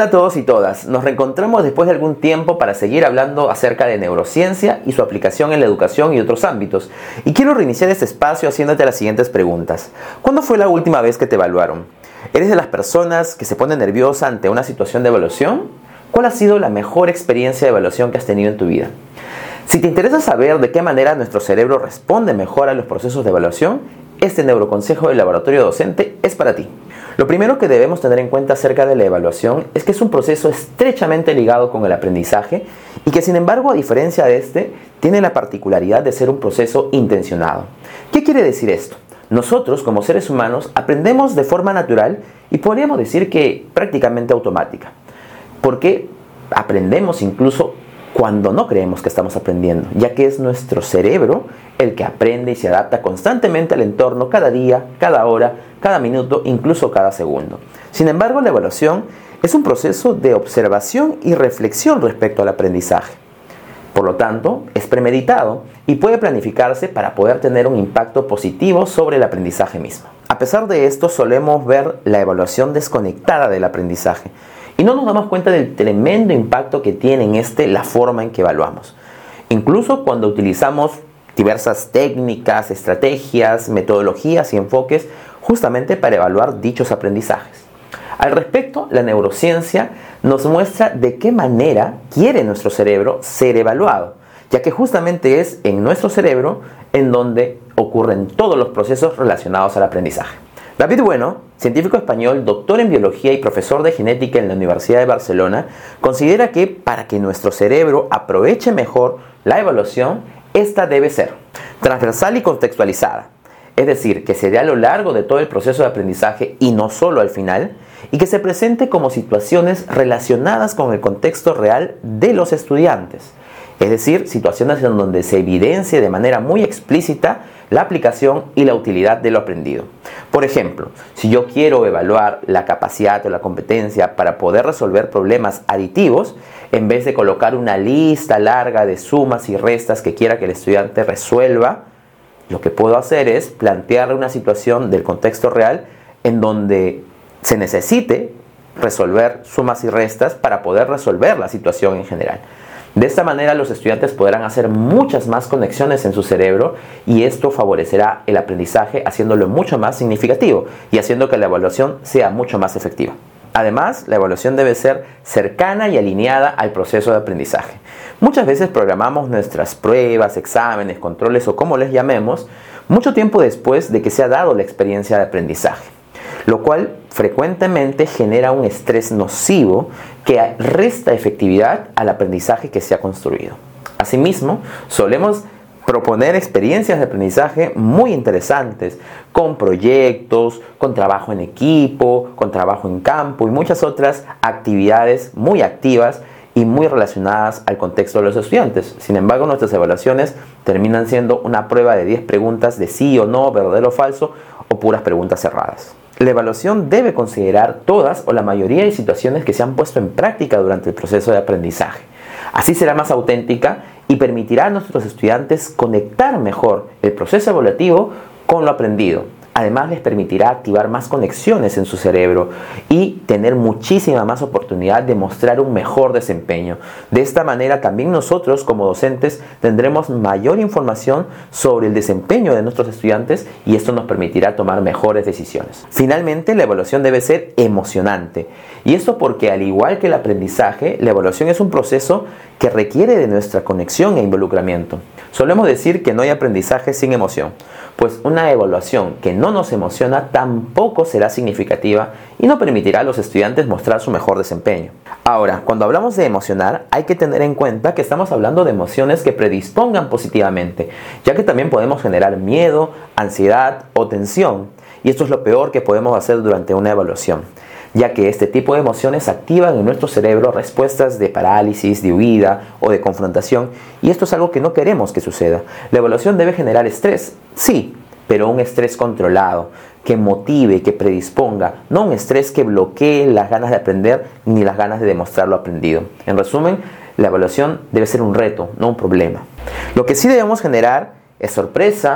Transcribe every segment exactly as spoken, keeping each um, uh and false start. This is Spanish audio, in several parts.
Hola a todos y todas, nos reencontramos después de algún tiempo para seguir hablando acerca de neurociencia y su aplicación en la educación y otros ámbitos. Y quiero reiniciar este espacio haciéndote las siguientes preguntas. ¿Cuándo fue la última vez que te evaluaron? ¿Eres de las personas que se pone nerviosa ante una situación de evaluación? ¿Cuál ha sido la mejor experiencia de evaluación que has tenido en tu vida? Si te interesa saber de qué manera nuestro cerebro responde mejor a los procesos de evaluación, este neuroconsejo del laboratorio docente es para ti. Lo primero que debemos tener en cuenta acerca de la evaluación es que es un proceso estrechamente ligado con el aprendizaje y que, sin embargo, a diferencia de este, tiene la particularidad de ser un proceso intencionado. ¿Qué quiere decir esto? Nosotros, como seres humanos, aprendemos de forma natural y podríamos decir que prácticamente automática, porque aprendemos incluso cuando no creemos que estamos aprendiendo, ya que es nuestro cerebro el que aprende y se adapta constantemente al entorno cada día, cada hora, cada minuto, incluso cada segundo. Sin embargo, la evaluación es un proceso de observación y reflexión respecto al aprendizaje. Por lo tanto, es premeditado y puede planificarse para poder tener un impacto positivo sobre el aprendizaje mismo. A pesar de esto, solemos ver la evaluación desconectada del aprendizaje y no nos damos cuenta del tremendo impacto que tiene en este la forma en que evaluamos. Incluso cuando utilizamos diversas técnicas, estrategias, metodologías y enfoques justamente para evaluar dichos aprendizajes. Al respecto, la neurociencia nos muestra de qué manera quiere nuestro cerebro ser evaluado, ya que justamente es en nuestro cerebro en donde ocurren todos los procesos relacionados al aprendizaje. David Bueno, científico español, doctor en biología y profesor de genética en la Universidad de Barcelona, considera que para que nuestro cerebro aproveche mejor la evaluación, esta debe ser transversal y contextualizada, es decir, que se dé a lo largo de todo el proceso de aprendizaje y no solo al final, y que se presente como situaciones relacionadas con el contexto real de los estudiantes, es decir, situaciones en donde se evidencie de manera muy explícita la aplicación y la utilidad de lo aprendido. Por ejemplo, si yo quiero evaluar la capacidad o la competencia para poder resolver problemas aditivos, en vez de colocar una lista larga de sumas y restas que quiera que el estudiante resuelva, lo que puedo hacer es plantearle una situación del contexto real en donde se necesite resolver sumas y restas para poder resolver la situación en general. De esta manera los estudiantes podrán hacer muchas más conexiones en su cerebro y esto favorecerá el aprendizaje haciéndolo mucho más significativo y haciendo que la evaluación sea mucho más efectiva. Además, la evaluación debe ser cercana y alineada al proceso de aprendizaje. Muchas veces programamos nuestras pruebas, exámenes, controles o como les llamemos, mucho tiempo después de que se ha dado la experiencia de aprendizaje, lo cual frecuentemente genera un estrés nocivo que resta efectividad al aprendizaje que se ha construido. Asimismo, solemos proponer experiencias de aprendizaje muy interesantes, con proyectos, con trabajo en equipo, con trabajo en campo y muchas otras actividades muy activas y muy relacionadas al contexto de los estudiantes. Sin embargo, nuestras evaluaciones terminan siendo una prueba de diez preguntas de sí o no, verdadero o falso, o puras preguntas cerradas. La evaluación debe considerar todas o la mayoría de situaciones que se han puesto en práctica durante el proceso de aprendizaje. Así será más auténtica y permitirá a nuestros estudiantes conectar mejor el proceso evaluativo con lo aprendido. Además, les permitirá activar más conexiones en su cerebro y tener muchísima más oportunidad de mostrar un mejor desempeño. De esta manera, también nosotros como docentes tendremos mayor información sobre el desempeño de nuestros estudiantes y esto nos permitirá tomar mejores decisiones. Finalmente, la evaluación debe ser emocionante. Y esto porque, al igual que el aprendizaje, la evaluación es un proceso que requiere de nuestra conexión e involucramiento. Solemos decir que no hay aprendizaje sin emoción, pues una evaluación que no nos emociona tampoco será significativa y no permitirá a los estudiantes mostrar su mejor desempeño. Ahora, cuando hablamos de emocionar, hay que tener en cuenta que estamos hablando de emociones que predispongan positivamente, ya que también podemos generar miedo, ansiedad o tensión, y esto es lo peor que podemos hacer durante una evaluación, ya que este tipo de emociones activan en nuestro cerebro respuestas de parálisis, de huida o de confrontación, y esto es algo que no queremos que suceda. La evaluación debe generar estrés, sí, pero un estrés controlado, que motive, que predisponga, no un estrés que bloquee las ganas de aprender ni las ganas de demostrar lo aprendido. En resumen, la evaluación debe ser un reto, no un problema. Lo que sí debemos generar es sorpresa,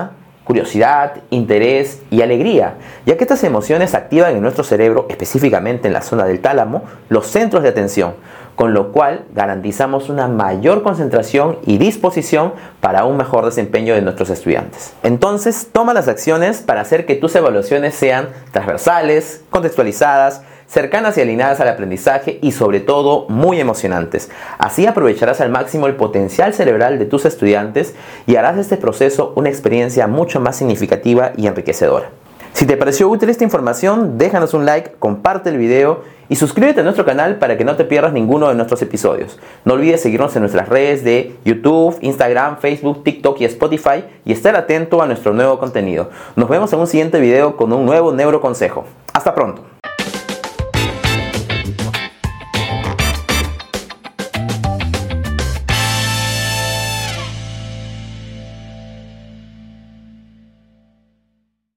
curiosidad, interés y alegría, ya que estas emociones activan en nuestro cerebro, específicamente en la zona del tálamo, los centros de atención, con lo cual garantizamos una mayor concentración y disposición para un mejor desempeño de nuestros estudiantes. Entonces, toma las acciones para hacer que tus evaluaciones sean transversales, contextualizadas, cercanas y alineadas al aprendizaje y sobre todo muy emocionantes. Así aprovecharás al máximo el potencial cerebral de tus estudiantes y harás de este proceso una experiencia mucho más significativa y enriquecedora. Si te pareció útil esta información, déjanos un like, comparte el video y suscríbete a nuestro canal para que no te pierdas ninguno de nuestros episodios. No olvides seguirnos en nuestras redes de YouTube, Instagram, Facebook, TikTok y Spotify y estar atento a nuestro nuevo contenido. Nos vemos en un siguiente video con un nuevo neuroconsejo. Hasta pronto.